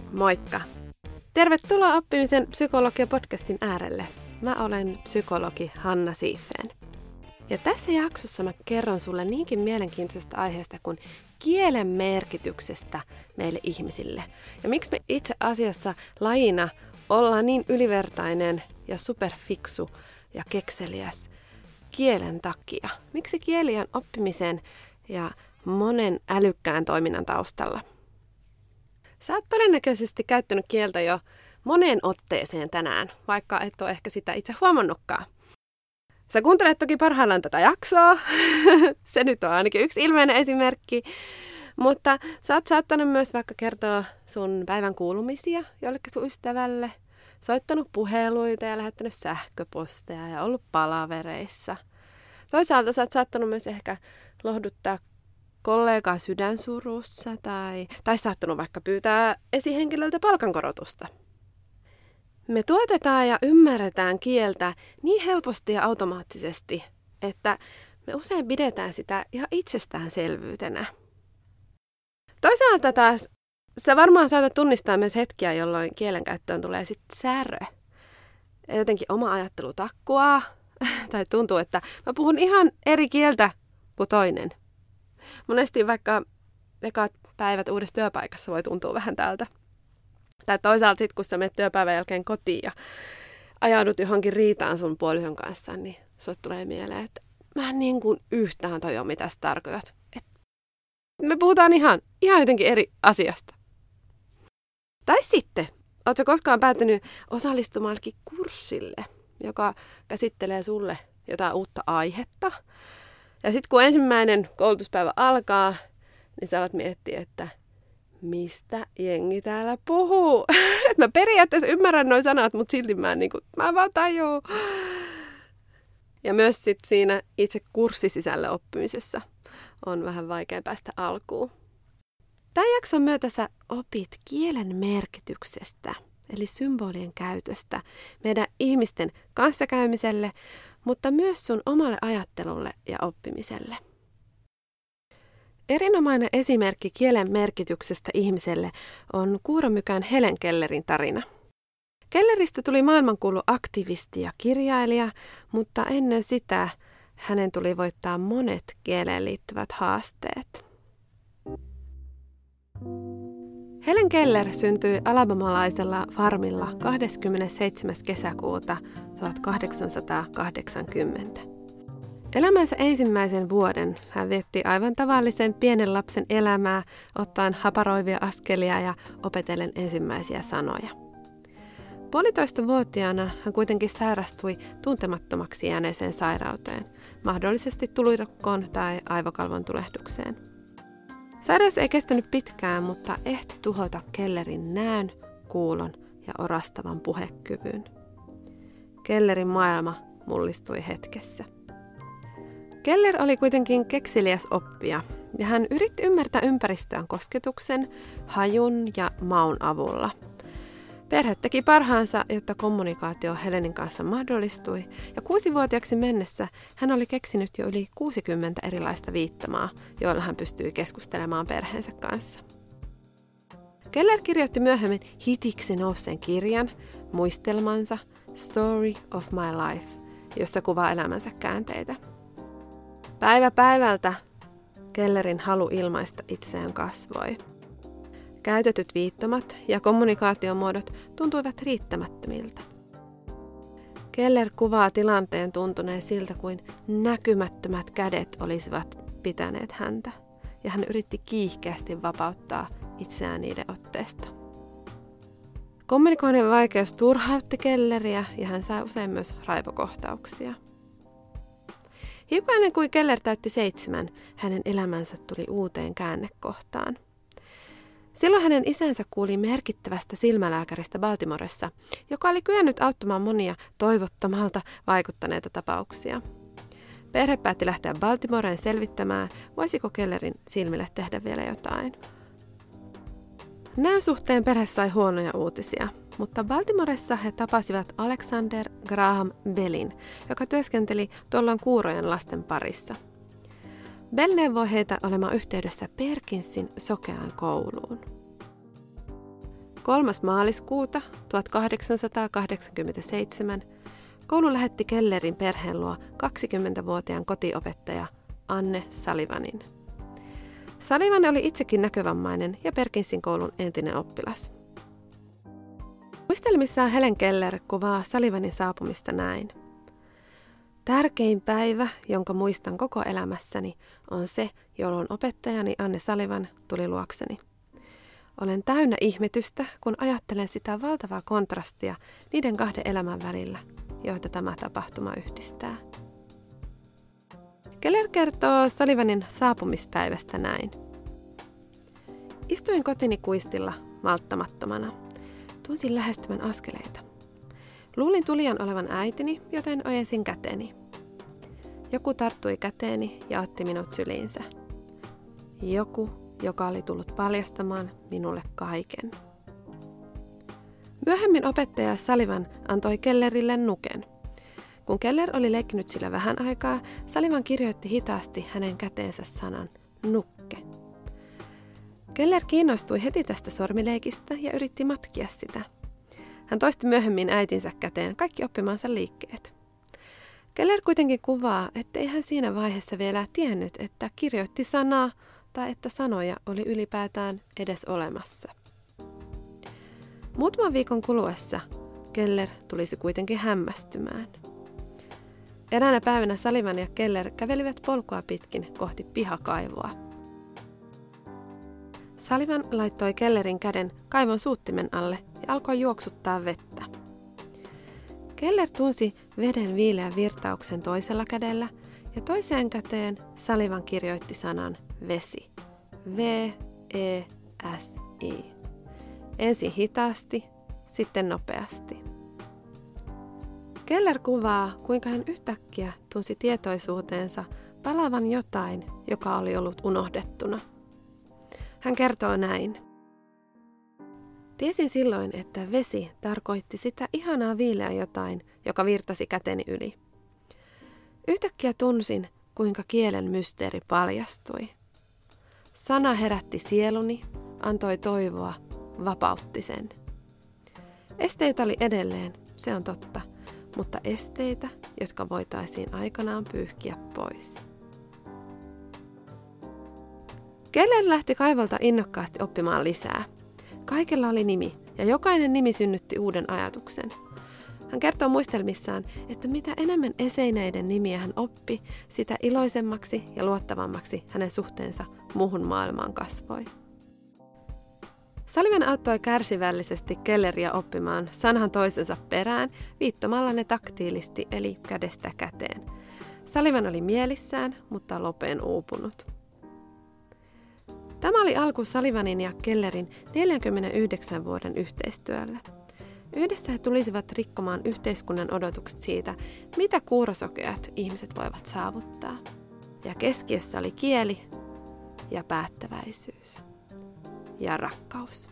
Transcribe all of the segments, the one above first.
Moikka! Tervetuloa Oppimisen psykologia-podcastin äärelle. Mä olen psykologi Hanna Siifeen. Ja tässä jaksossa mä kerron sulle niinkin mielenkiintoisesta aiheesta kuin kielen merkityksestä meille ihmisille. Ja miksi me itse asiassa lajina ollaan niin ylivertainen ja superfiksu ja kekseliäs kielen takia. Miksi kieli on oppimisen ja monen älykkään toiminnan taustalla? Sä oot todennäköisesti käyttänyt kieltä jo moneen otteeseen tänään, vaikka et ole ehkä sitä itse huomannutkaan. Sä kuuntelet toki parhaillaan tätä jaksoa, se nyt on ainakin yksi ilmeinen esimerkki, mutta sä oot saattanut myös vaikka kertoa sun päivän kuulumisia jollekin sun ystävälle, soittanut puheluita ja lähettänyt sähköposteja ja ollut palavereissa. Toisaalta sä oot saattanut myös ehkä lohduttaa kollegaa sydänsurussa tai saattanut vaikka pyytää esihenkilöltä palkankorotusta. Me tuotetaan ja ymmärretään kieltä niin helposti ja automaattisesti, että me usein pidetään sitä ihan itsestäänselvyytenä. Toisaalta taas sä varmaan saatat tunnistaa myös hetkiä, jolloin kielenkäyttöön tulee sitten särö. Jotenkin oma ajattelu takkuaa tai tuntuu, että mä puhun ihan eri kieltä kuin toinen. Monesti vaikka ekat päivät uudessa työpaikassa voi tuntua vähän tältä. Tai toisaalta sitten, kun sä menet työpäivän jälkeen kotiin ja ajaudut johonkin riitaan sun puolison kanssa, niin sulle tulee mieleen, että mä en niin kuin yhtään tajua, mitä sä tarkoitat. Me puhutaan ihan jotenkin eri asiasta. Tai sitten, oot sä koskaan päätynyt osallistumaan kurssille, joka käsittelee sulle jotain uutta aihetta. Ja sitten kun ensimmäinen koulutuspäivä alkaa, niin sä alat miettiä, että mistä jengi täällä puhuu. Mä periaatteessa ymmärrän nuo sanat, mutta silti mä vaan tajuu. Ja myös sit siinä itse kurssisisällön oppimisessa on vähän vaikea päästä alkuun. Tämän jakson myötä sä opit kielen merkityksestä, eli symbolien käytöstä meidän ihmisten kanssakäymiselle, mutta myös sun omalle ajattelulle ja oppimiselle. Erinomainen esimerkki kielen merkityksestä ihmiselle on kuuromykän Helen Kellerin tarina. Kelleristä tuli maailmankuulu aktivisti ja kirjailija, mutta ennen sitä hänen tuli voittaa monet kieleen liittyvät haasteet. Helen Keller syntyi alabamalaisella farmilla 27. kesäkuuta 1880. Elämänsä ensimmäisen vuoden hän vietti aivan tavallisen pienen lapsen elämää, ottaen haparoivia askelia ja opetellen ensimmäisiä sanoja. 1,5-vuotiaana hän kuitenkin sairastui tuntemattomaksi jääneeseen sairauteen, mahdollisesti tulirokkoon tai aivokalvon tulehdukseen. Sairaus ei kestänyt pitkään, mutta ehti tuhota Kellerin näön, kuulon ja orastavan puhekyvyn. Kellerin maailma mullistui hetkessä. Keller oli kuitenkin kekseliäs oppija ja hän yritti ymmärtää ympäristöään kosketuksen, hajun ja maun avulla. Perhe teki parhaansa, jotta kommunikaatio Helenin kanssa mahdollistui, ja 6-vuotiaaksi mennessä hän oli keksinyt jo yli 60 erilaista viittamaa, joilla hän pystyi keskustelemaan perheensä kanssa. Keller kirjoitti myöhemmin hitiksi nousseen kirjan, muistelmansa Story of my life, jossa kuvaa elämänsä käänteitä. Päivä päivältä Kellerin halu ilmaista itseään kasvoi. Käytetyt viittomat ja kommunikaatiomuodot tuntuivat riittämättömiltä. Keller kuvaa tilanteen tuntuneen siltä, kuin näkymättömät kädet olisivat pitäneet häntä, ja hän yritti kiihkeästi vapauttaa itseään niiden otteesta. Kommunikoinnin vaikeus turhautti Kelleriä, ja hän sai usein myös raivokohtauksia. Hiukan ennen kuin Keller täytti 7, hänen elämänsä tuli uuteen käännekohtaan. Silloin hänen isänsä kuuli merkittävästä silmälääkäristä Baltimoressa, joka oli kyennyt auttamaan monia toivottomalta vaikuttaneita tapauksia. Perhe päätti lähteä Baltimoreen selvittämään, voisiko Kellerin silmille tehdä vielä jotain. Näön suhteen perhe sai huonoja uutisia, mutta Baltimoressa he tapasivat Alexander Graham Bellin, joka työskenteli tuolloin kuurojen lasten parissa. Bell neuvoi heitä olemaan yhteydessä Perkinsin sokeaan kouluun. 3. maaliskuuta 1887 koulu lähetti Kellerin perheen luo 20-vuotiaan kotiopettaja Anne Sullivanin. Sullivan oli itsekin näkövammainen ja Perkinsin koulun entinen oppilas. Muistelmissaan Helen Keller kuvaa Sullivanin saapumista näin. Tärkein päivä, jonka muistan koko elämässäni, on se, jolloin opettajani Anne Sullivan tuli luokseni. Olen täynnä ihmetystä, kun ajattelen sitä valtavaa kontrastia niiden 2 elämän välillä, joita tämä tapahtuma yhdistää. Keller kertoo Sullivanin saapumispäivästä näin. Istuin kotini kuistilla malttamattomana. Tunsin lähestyvän askeleita. Luulin tulijan olevan äitini, joten ojensin käteni. Joku tarttui käteeni ja otti minut syliinsä. Joku, joka oli tullut paljastamaan minulle kaiken. Myöhemmin opettaja Sullivan antoi Kellerille nuken. Kun Keller oli leikkinyt sillä vähän aikaa, Sullivan kirjoitti hitaasti hänen käteensä sanan nukke. Keller kiinnostui heti tästä sormileikistä ja yritti matkia sitä. Hän toisti myöhemmin äitinsä käteen kaikki oppimansa liikkeet. Keller kuitenkin kuvaa, ettei hän siinä vaiheessa vielä tiennyt, että kirjoitti sanaa tai että sanoja oli ylipäätään edes olemassa. Muutaman viikon kuluessa Keller tulisi kuitenkin hämmästymään. Eräänä päivänä Sullivan ja Keller kävelivät polkua pitkin kohti pihakaivoa. Sullivan laittoi Kellerin käden kaivon suuttimen alle ja alkoi juoksuttaa vettä. Keller tunsi veden viileän virtauksen toisella kädellä ja toiseen käteen Sullivan kirjoitti sanan vesi. V-E-S-I. Ensin hitaasti, sitten nopeasti. Keller kuvaa, kuinka hän yhtäkkiä tunsi tietoisuuteensa palavan jotain, joka oli ollut unohdettuna. Hän kertoo näin. Tiesin silloin, että vesi tarkoitti sitä ihanaa viileää jotain, joka virtasi käteni yli. Yhtäkkiä tunsin, kuinka kielen mysteeri paljastui. Sana herätti sieluni, antoi toivoa, vapautti sen. Esteitä oli edelleen, se on totta, mutta esteitä, jotka voitaisiin aikanaan pyyhkiä pois. Keller lähti kaivolta innokkaasti oppimaan lisää. Kaikella oli nimi, ja jokainen nimi synnytti uuden ajatuksen. Hän kertoo muistelmissaan, että mitä enemmän eseineiden nimiä hän oppi, sitä iloisemmaksi ja luottavammaksi hänen suhteensa muuhun maailmaan kasvoi. Sullivan auttoi kärsivällisesti Kelleria oppimaan sanhan toisensa perään viittomalla ne taktiilisti eli kädestä käteen. Sullivan oli mielissään, mutta lopeen uupunut. Tämä oli alku Sullivanin ja Kellerin 49 vuoden yhteistyölle. Yhdessä he tulisivat rikkomaan yhteiskunnan odotukset siitä, mitä kuurosokeat ihmiset voivat saavuttaa. Ja keskiössä oli kieli ja päättäväisyys ja rakkaus.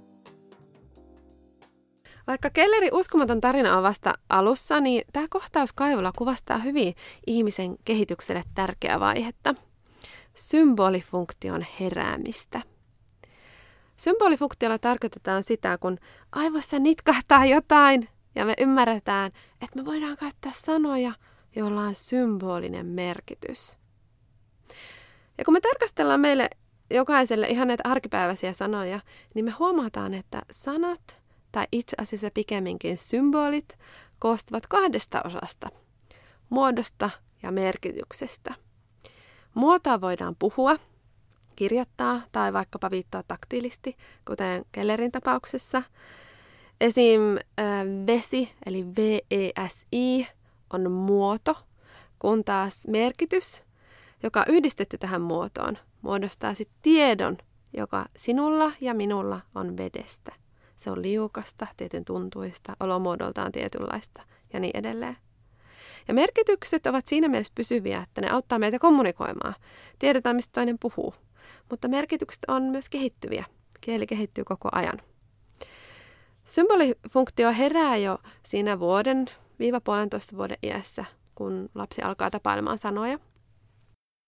Vaikka Kellerin uskomaton tarina on vasta alussa, niin tämä kohtaus kaivolla kuvastaa hyvin ihmisen kehitykselle tärkeää vaihetta. Symbolifunktion heräämistä. Symbolifunktiolla tarkoitetaan sitä, kun aivoissa nitkahtaa jotain ja me ymmärretään, että me voidaan käyttää sanoja, joilla on symbolinen merkitys. Ja kun me tarkastellaan meille jokaiselle ihan näitä arkipäiväisiä sanoja, niin me huomataan, että sanat tai itse asiassa pikemminkin symbolit koostuvat 2 osasta, muodosta ja merkityksestä. Muotoa voidaan puhua, kirjoittaa tai vaikkapa viittaa taktiilisti, kuten Kellerin tapauksessa. Esim. Vesi, eli V-E-S-I, on muoto, kun taas merkitys, joka on yhdistetty tähän muotoon, muodostaa sitten tiedon, joka sinulla ja minulla on vedestä. Se on liukasta, tietyn tuntuista, olomuodoltaan tietynlaista ja niin edelleen. Ja merkitykset ovat siinä mielessä pysyviä, että ne auttaa meitä kommunikoimaan. Tiedetään, mistä toinen puhuu. Mutta merkitykset on myös kehittyviä. Kieli kehittyy koko ajan. Symbolifunktio herää jo siinä 1–1,5 vuoden iässä, kun lapsi alkaa tapailemaan sanoja.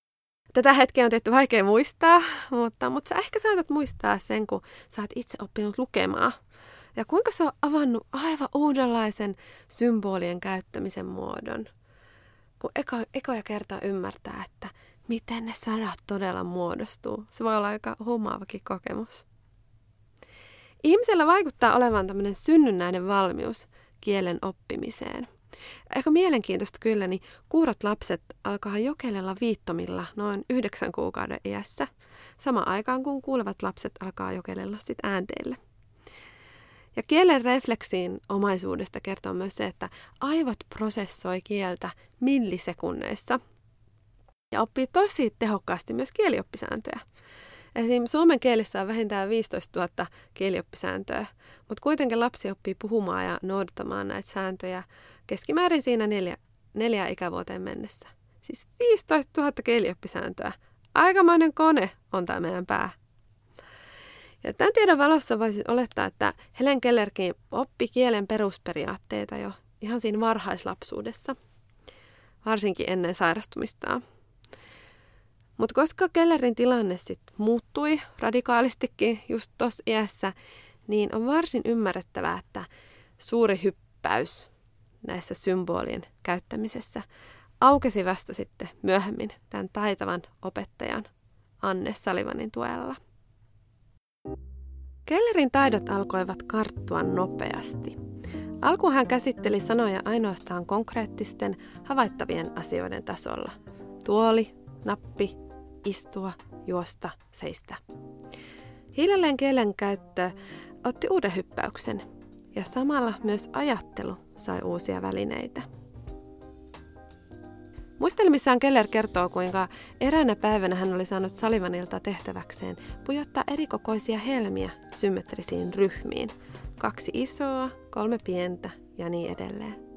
Tätä hetkeä on tehty vaikea muistaa, mutta sä ehkä saatat muistaa sen, kun sä oot itse oppinut lukemaan. Ja kuinka se on avannut aivan uudenlaisen symbolien käyttämisen muodon. Kun ekoja kertaa ymmärtää, että miten ne sanat todella muodostuu. Se voi olla aika huumaavakin kokemus. Ihmisellä vaikuttaa olevan tämmöinen synnynnäinen valmius kielen oppimiseen. Aika mielenkiintoista kyllä, niin kuurot lapset alkaa jokelella viittomilla noin 9 kuukauden iässä, samaan aikaan kun kuulevat lapset alkaa jokelella sit äänteillä. Ja kielen refleksiin omaisuudesta kertoo myös se, että aivot prosessoi kieltä millisekunneissa ja oppii tosi tehokkaasti myös kielioppisääntöjä. Esimerkiksi suomen kielissä on vähintään 15 000 kielioppisääntöä, mutta kuitenkin lapsi oppii puhumaan ja noudattamaan näitä sääntöjä keskimäärin siinä 4 ikävuoteen mennessä. Siis 15 000 kielioppisääntöä. Aikamoinen kone on tämä meidän pää. Ja tämän tiedon valossa voisin olettaa, että Helen Kellerkin oppi kielen perusperiaatteita jo ihan siinä varhaislapsuudessa, varsinkin ennen sairastumistaan. Mutta koska Kellerin tilanne sitten muuttui radikaalistikin just tuossa iässä, niin on varsin ymmärrettävää, että suuri hyppäys näissä symbolien käyttämisessä aukesi vasta sitten myöhemmin tämän taitavan opettajan Anne Sullivanin tuella. Kellerin taidot alkoivat karttua nopeasti. Alkuun hän käsitteli sanoja ainoastaan konkreettisten, havaittavien asioiden tasolla. Tuoli, nappi, istua, juosta, seistä. Hiljalleen kielenkäyttö otti uuden hyppäyksen ja samalla myös ajattelu sai uusia välineitä. Muistelmissaan Keller kertoo, kuinka eräänä päivänä hän oli saanut Sullivanilta tehtäväkseen pujottaa erikokoisia helmiä symmetrisiin ryhmiin. 2 isoa, 3 pientä ja niin edelleen.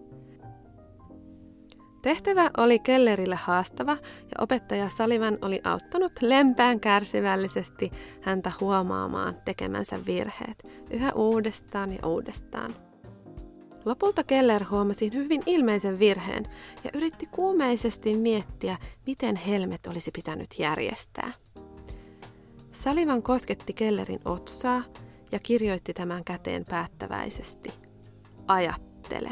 Tehtävä oli Kellerille haastava ja opettaja Sullivan oli auttanut lempeän kärsivällisesti häntä huomaamaan tekemänsä virheet yhä uudestaan ja uudestaan. Lopulta Keller huomasi hyvin ilmeisen virheen ja yritti kuumeisesti miettiä, miten helmet olisi pitänyt järjestää. Sullivan kosketti Kellerin otsaa ja kirjoitti tämän käteen päättäväisesti. Ajattele.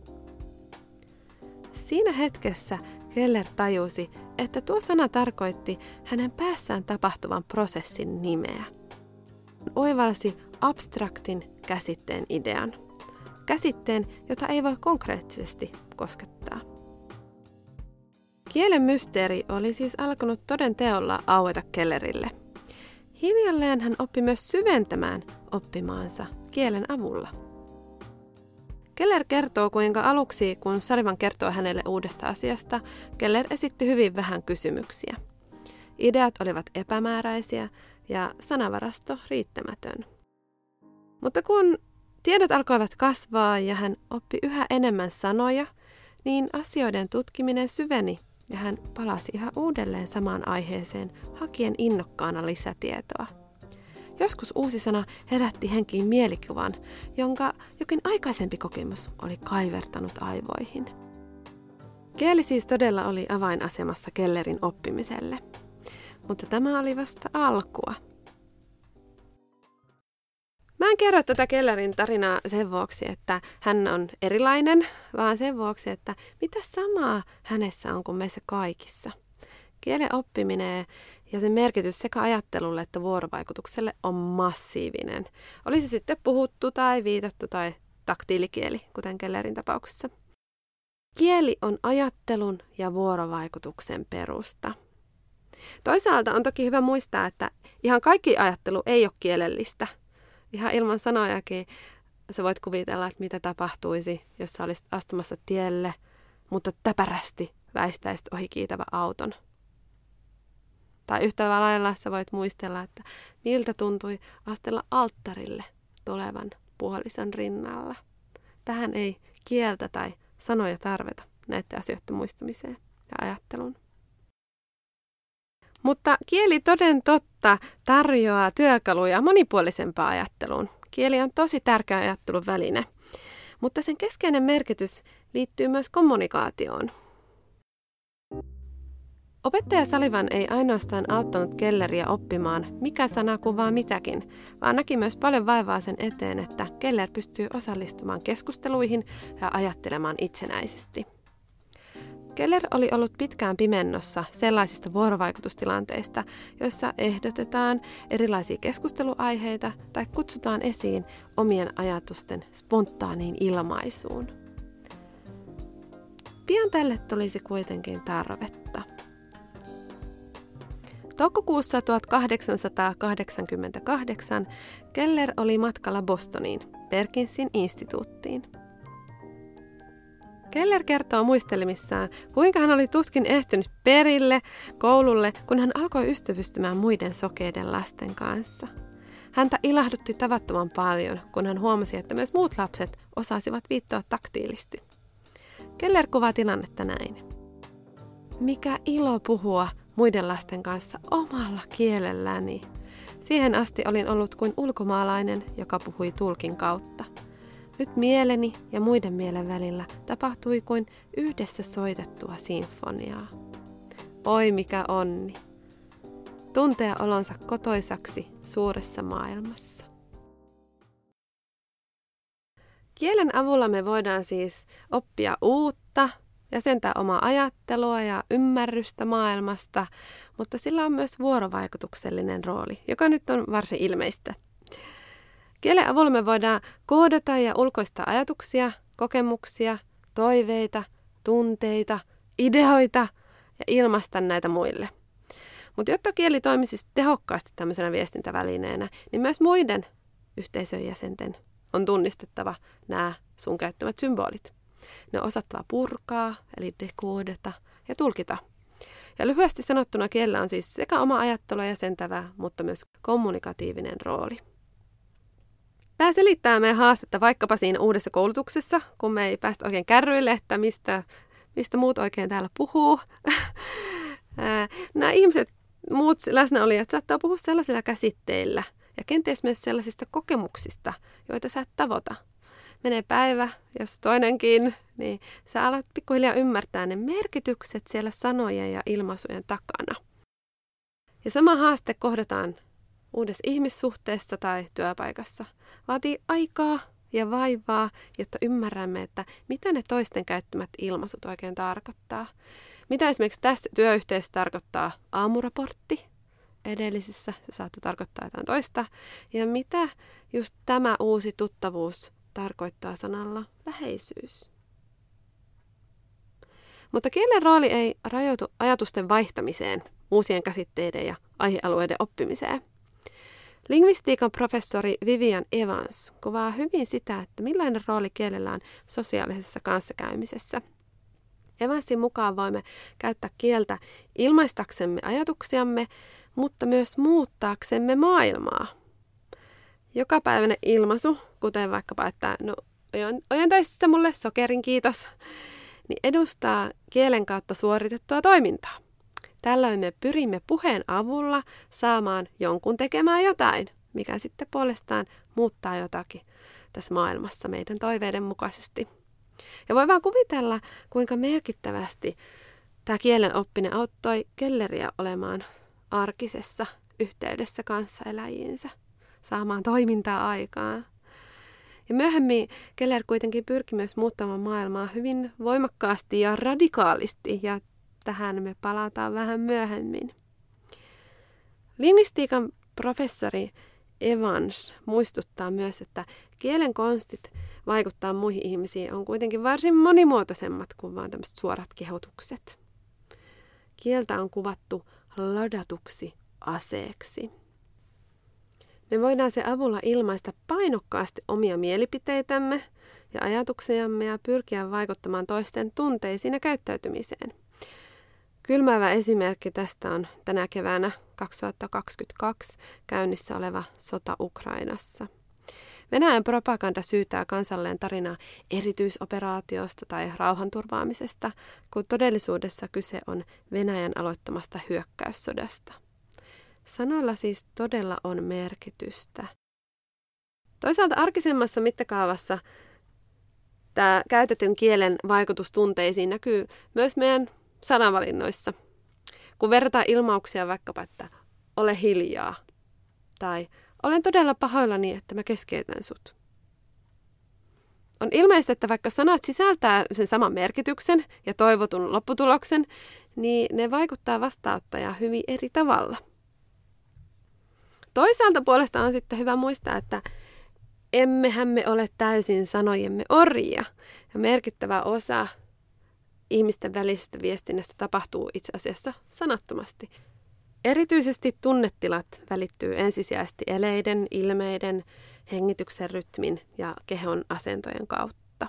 Siinä hetkessä Keller tajusi, että tuo sana tarkoitti hänen päässään tapahtuvan prosessin nimeä. Oivalsi abstraktin käsitteen idean. Käsitteen, jota ei voi konkreettisesti koskettaa. Kielen mysteeri oli siis alkanut toden teolla aueta Kellerille. Hiljalleen hän oppi myös syventämään oppimaansa kielen avulla. Keller kertoo, kuinka aluksi, kun Sullivan kertoo hänelle uudesta asiasta, Keller esitti hyvin vähän kysymyksiä. Ideat olivat epämääräisiä ja sanavarasto riittämätön. Mutta kun tiedot alkoivat kasvaa ja hän oppi yhä enemmän sanoja, niin asioiden tutkiminen syveni ja hän palasi yhä uudelleen samaan aiheeseen hakien innokkaana lisätietoa. Joskus uusi sana herätti henkiin mielikuvan, jonka jokin aikaisempi kokemus oli kaivertanut aivoihin. Kieli siis todella oli avainasemassa Kellerin oppimiselle, mutta tämä oli vasta alkua. Mä en kerro tätä Kellerin tarinaa sen vuoksi, että hän on erilainen, vaan sen vuoksi, että mitä samaa hänessä on kuin meissä kaikissa. Kielen oppiminen ja sen merkitys sekä ajattelulle että vuorovaikutukselle on massiivinen. Oli se sitten puhuttu tai viitattu tai taktiilikieli, kuten Kellerin tapauksessa. Kieli on ajattelun ja vuorovaikutuksen perusta. Toisaalta on toki hyvä muistaa, että ihan kaikki ajattelu ei ole kielellistä. Ihan ilman sanojakin sä voit kuvitella, että mitä tapahtuisi, jos sä olisit astumassa tielle, mutta täpärästi väistäisit ohi kiitävän auton. Tai yhtä lailla sä voit muistella, että miltä tuntui astella alttarille tulevan puolison rinnalla. Tähän ei kieltä tai sanoja tarvita näiden asioiden muistamiseen ja ajatteluun. Mutta kieli toden totta tarjoaa työkaluja monipuolisempaan ajatteluun. Kieli on tosi tärkeä ajattelun väline, mutta sen keskeinen merkitys liittyy myös kommunikaatioon. Opettaja Sullivan ei ainoastaan auttanut Kelleriä oppimaan, mikä sana kuvaa mitäkin, vaan näki myös paljon vaivaa sen eteen, että Keller pystyy osallistumaan keskusteluihin ja ajattelemaan itsenäisesti. Keller oli ollut pitkään pimennossa sellaisista vuorovaikutustilanteista, joissa ehdotetaan erilaisia keskusteluaiheita tai kutsutaan esiin omien ajatusten spontaaniin ilmaisuun. Pian tälle tulisi kuitenkin tarvetta. Toukokuussa 1888 Keller oli matkalla Bostoniin, Perkinsin instituuttiin. Keller kertoo muistelmissaan, kuinka hän oli tuskin ehtinyt perille koululle, kun hän alkoi ystävystymään muiden sokeiden lasten kanssa. Häntä ilahdutti tavattoman paljon, kun hän huomasi, että myös muut lapset osasivat viittoa taktiilisti. Keller kuvaa tilannetta näin. Mikä ilo puhua muiden lasten kanssa omalla kielelläni. Siihen asti olin ollut kuin ulkomaalainen, joka puhui tulkin kautta. Nyt mieleni ja muiden mielen välillä tapahtui kuin yhdessä soitettua sinfoniaa. Oi mikä onni! Tuntea olonsa kotoisaksi suuressa maailmassa. Kielen avulla me voidaan siis oppia uutta, jäsentää omaa ajattelua ja ymmärrystä maailmasta, mutta sillä on myös vuorovaikutuksellinen rooli, joka nyt on varsin ilmeistä. Kielen avulla me voidaan koodata ja ulkoistaa ajatuksia, kokemuksia, toiveita, tunteita, ideoita ja ilmaista näitä muille. Mutta jotta kieli toimisi tehokkaasti tämmöisenä viestintävälineenä, niin myös muiden yhteisön jäsenten on tunnistettava nämä sun käyttämät symbolit. Ne on osattava purkaa, eli dekoodata ja tulkita. Ja lyhyesti sanottuna kielellä on siis sekä oma ajattelua jäsentävä, mutta myös kommunikatiivinen rooli. Tämä selittää meidän haastetta vaikkapa siinä uudessa koulutuksessa, kun me ei päästä oikein kärryille, että mistä muut oikein täällä puhuu. Nämä ihmiset, muut läsnäolijat, saattaa puhua sellaisilla käsitteillä ja kenties myös sellaisista kokemuksista, joita sä et tavoita. Menee päivä, jos toinenkin, niin sä alat pikkuhiljaa ymmärtää ne merkitykset siellä sanojen ja ilmaisujen takana. Ja sama haaste kohdataan uudessa ihmissuhteessa tai työpaikassa. Vaatii aikaa ja vaivaa, jotta ymmärrämme, että mitä ne toisten käyttämät ilmaisut oikein tarkoittaa. Mitä esimerkiksi tässä työyhteisössä tarkoittaa aamuraportti, edellisissä se saattoi tarkoittaa jotain toista, ja mitä just tämä uusi tuttavuus tarkoittaa sanalla läheisyys. Mutta kielen rooli ei rajoitu ajatusten vaihtamiseen, uusien käsitteiden ja aihealueiden oppimiseen. Lingvistiikan professori Vivian Evans kuvaa hyvin sitä, että millainen rooli kielellä on sosiaalisessa kanssakäymisessä. Evansin mukaan voimme käyttää kieltä ilmaistaksemme ajatuksiamme, mutta myös muuttaaksemme maailmaa. Jokapäiväinen ilmaisu, kuten vaikkapa, että ojentaisitko mulle sokerin kiitos, niin edustaa kielen kautta suoritettua toimintaa. Tällöin me pyrimme puheen avulla saamaan jonkun tekemään jotain, mikä sitten puolestaan muuttaa jotakin tässä maailmassa meidän toiveiden mukaisesti. Ja voi vaan kuvitella, kuinka merkittävästi tämä kielen oppinen auttoi Kelleriä olemaan arkisessa yhteydessä kanssaeläjiinsä, saamaan toimintaa aikaan. Ja myöhemmin Keller kuitenkin pyrki myös muuttamaan maailmaa hyvin voimakkaasti ja radikaalisti, ja tähän me palataan vähän myöhemmin. Lingvistiikan professori Evans muistuttaa myös, että kielen konstit vaikuttaa muihin ihmisiin on kuitenkin varsin monimuotoisemmat kuin vain tämmöiset suorat kehotukset. Kieltä on kuvattu ladatuksi aseeksi. Me voidaan sen avulla ilmaista painokkaasti omia mielipiteitämme ja ajatuksiamme ja pyrkiä vaikuttamaan toisten tunteisiin ja käyttäytymiseen. Kylmäävä esimerkki tästä on tänä keväänä 2022 käynnissä oleva sota Ukrainassa. Venäjän propaganda syytää kansalleen tarinaa erityisoperaatiosta tai rauhanturvaamisesta, kun todellisuudessa kyse on Venäjän aloittamasta hyökkäyssodasta. Sanoilla siis todella on merkitystä. Toisaalta arkisemmassa mittakaavassa tämä käytetyn kielen vaikutus tunteisiin näkyy myös meidän sanavalinnoissa. kun verrataan ilmauksia vaikkapa, että ole hiljaa tai olen todella pahoillani, että mä keskeytän sut. On ilmeistä, että vaikka sanat sisältää sen saman merkityksen ja toivotun lopputuloksen, niin ne vaikuttaa vastaanottajaan hyvin eri tavalla. Toisaalta puolestaan on sitten hyvä muistaa, että emmehän me ole täysin sanojemme orjia. Ja merkittävä osa ihmisten välisestä viestinnästä tapahtuu itse asiassa sanattomasti. Erityisesti tunnetilat välittyy ensisijaisesti eleiden, ilmeiden, hengityksen rytmin ja kehon asentojen kautta.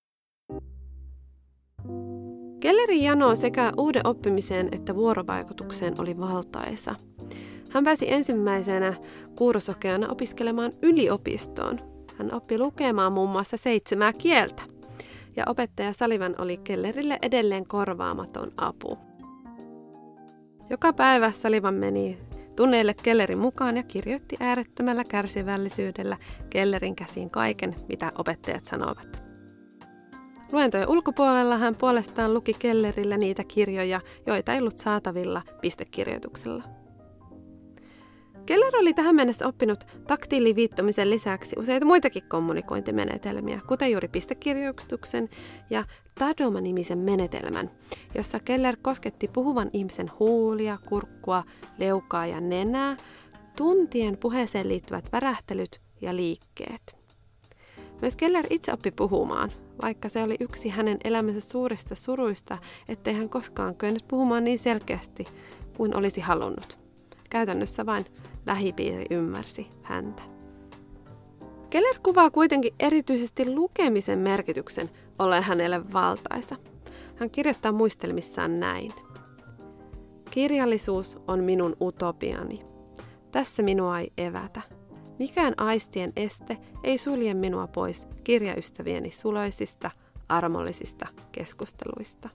Kellerin jano sekä uuden oppimiseen että vuorovaikutukseen oli valtaisa. Hän pääsi ensimmäisenä kuurosokeana opiskelemaan yliopistoon. Hän oppi lukemaan muun muassa 7 kieltä. Ja opettaja Sullivan oli Kellerille edelleen korvaamaton apu. Joka päivä Sullivan meni tunneille Kellerin mukaan ja kirjoitti äärettömällä kärsivällisyydellä Kellerin käsiin kaiken, mitä opettajat sanovat. Luentojen ulkopuolella hän puolestaan luki Kellerille niitä kirjoja, joita ei ollut saatavilla pistekirjoituksella. Keller oli tähän mennessä oppinut taktiiliviittomisen lisäksi useita muitakin kommunikointimenetelmiä, kuten juuri pistekirjoituksen ja Tadoma-nimisen menetelmän, jossa Keller kosketti puhuvan ihmisen huulia, kurkkua, leukaa ja nenää, tuntien puheeseen liittyvät värähtelyt ja liikkeet. Myös Keller itse oppi puhumaan, vaikka se oli yksi hänen elämänsä suurista suruista, ettei hän koskaan kyennyt puhumaan niin selkeästi kuin olisi halunnut. Käytännössä vain lähipiiri ymmärsi häntä. Keller kuvaa kuitenkin erityisesti lukemisen merkityksen olleen hänelle valtaisa. Hän kirjoittaa muistelmissaan näin. Kirjallisuus on minun utopiani. Tässä minua ei evätä. Mikään aistien este ei sulje minua pois kirjaystävieni suloisista, armollisista keskusteluista.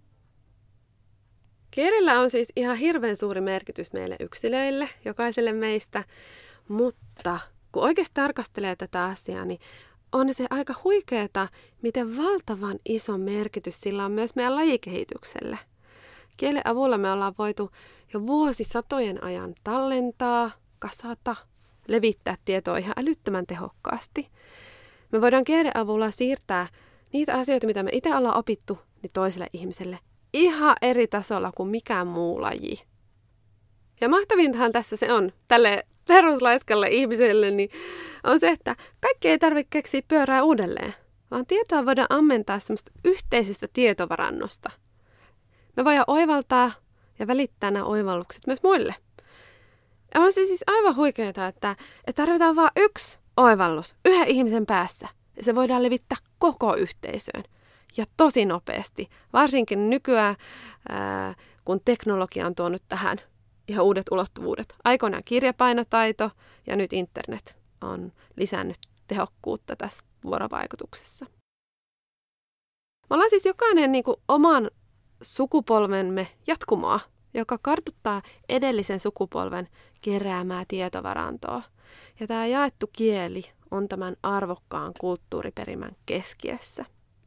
Kielellä on siis ihan hirveän suuri merkitys meille yksilöille, jokaiselle meistä, mutta kun oikeasti tarkastelee tätä asiaa, niin on se aika huikeeta, miten valtavan iso merkitys sillä on myös meidän lajikehitykselle. Kielen avulla me ollaan voitu jo vuosisatojen ajan tallentaa, kasata, levittää tietoa ihan älyttömän tehokkaasti. Me voidaan kielen avulla siirtää niitä asioita, mitä me itse ollaan opittu, niin toiselle ihmiselle ihan eri tasolla kuin mikään muu laji. Ja mahtavintahan tässä se on tälle peruslaiskalle ihmiselle, niin on se, että kaikki ei tarvitse keksiä pyörää uudelleen, vaan tietoa voidaan ammentaa semmoista yhteisestä tietovarannosta. Me voidaan oivaltaa ja välittää nämä oivallukset myös muille. Ja on se siis aivan huikeaa, että tarvitaan vain yksi oivallus yhden ihmisen päässä, ja se voidaan levittää koko yhteisöön. Ja tosi nopeasti, varsinkin nykyään, kun teknologia on tuonut tähän ihan uudet ulottuvuudet. Aikoinaan kirjapainotaito ja nyt internet on lisännyt tehokkuutta tässä vuorovaikutuksessa. Me ollaan siis jokainen niin kuin oman sukupolvemme jatkumoa, joka kartuttaa edellisen sukupolven keräämää tietovarantoa. Ja tämä jaettu kieli on tämän arvokkaan kulttuuriperimän keskiössä.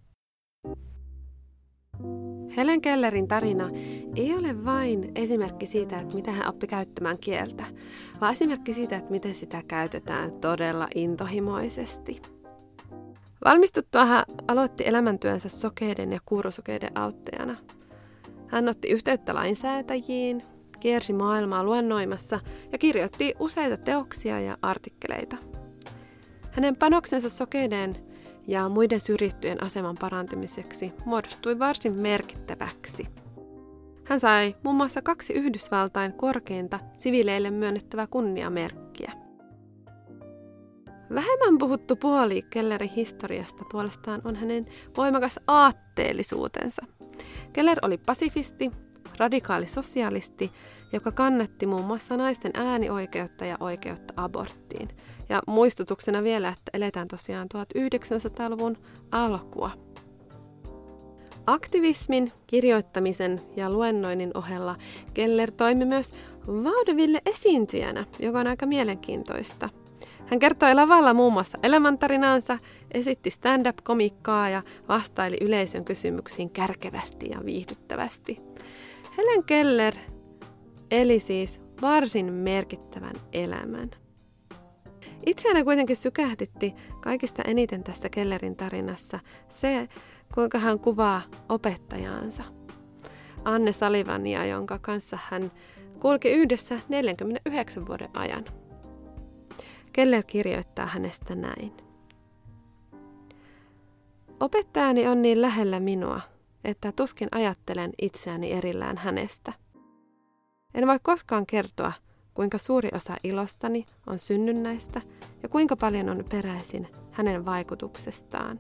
Helen Kellerin tarina ei ole vain esimerkki siitä, että miten hän oppi käyttämään kieltä, vaan esimerkki siitä, että miten sitä käytetään todella intohimoisesti. Valmistuttua hän aloitti elämäntyönsä sokeiden ja kuurosokeiden auttajana. Hän otti yhteyttä lainsäätäjiin, kiersi maailmaa luennoimassa ja kirjoitti useita teoksia ja artikkeleita. Hänen panoksensa sokeiden ja muiden syrjittyjen aseman parantamiseksi muodostui varsin merkittäväksi. Hän sai muun muassa 2 Yhdysvaltain korkeinta siviileille myönnettävää kunniamerkkiä. Vähemmän puhuttu puoli Kellerin historiasta puolestaan on hänen voimakas aatteellisuutensa. Keller oli pasifisti, radikaali sosialisti, joka kannatti muun muassa naisten äänioikeutta ja oikeutta aborttiin. Ja muistutuksena vielä, että eletään tosiaan 1900-luvun alkua. Aktivismin, kirjoittamisen ja luennoinnin ohella Keller toimi myös vaudeville-esiintyjänä, joka on aika mielenkiintoista. Hän kertoi lavalla muun muassa elämäntarinaansa, esitti stand-up-komikkaa ja vastaili yleisön kysymyksiin kärkevästi ja viihdyttävästi. Helen Keller eli siis varsin merkittävän elämän. Itseäni kuitenkin sykähdytti kaikista eniten tässä Kellerin tarinassa se, kuinka hän kuvaa opettajaansa, Anne Sullivania, jonka kanssa hän kulki yhdessä 49 vuoden ajan. Keller kirjoittaa hänestä näin. Opettajani on niin lähellä minua, että tuskin ajattelen itseäni erillään hänestä. En voi koskaan kertoa, kuinka suuri osa ilostani on synnynnäistä ja kuinka paljon on peräisin hänen vaikutuksestaan.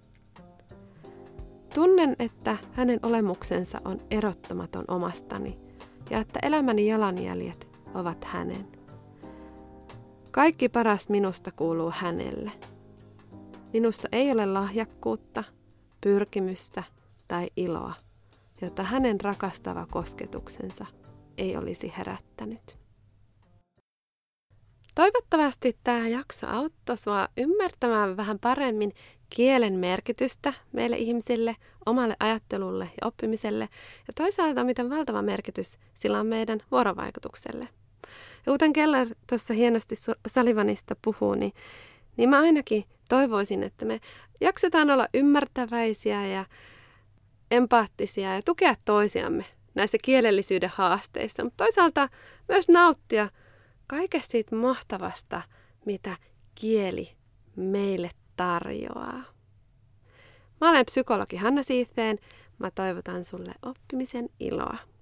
Tunnen, että hänen olemuksensa on erottamaton omastani ja että elämäni jalanjäljet ovat hänen. Kaikki paras minusta kuuluu hänelle. Minussa ei ole lahjakkuutta, pyrkimystä tai iloa, jota hänen rakastava kosketuksensa ei olisi herättänyt. Toivottavasti tämä jakso auttoi sua ymmärtämään vähän paremmin kielen merkitystä meille ihmisille, omalle ajattelulle ja oppimiselle ja toisaalta miten valtava merkitys sillä on meidän vuorovaikutukselle. Ja kuten Keller tuossa hienosti Sullivanista puhuu, niin mä ainakin toivoisin, että me jaksetaan olla ymmärtäväisiä ja empaattisia ja tukea toisiamme näissä kielellisyyden haasteissa, mutta toisaalta myös nauttia kaikesta siitä mahtavasta, mitä kieli meille tarjoaa. Mä olen psykologi Hanna Siifeen. Mä toivotan sulle oppimisen iloa.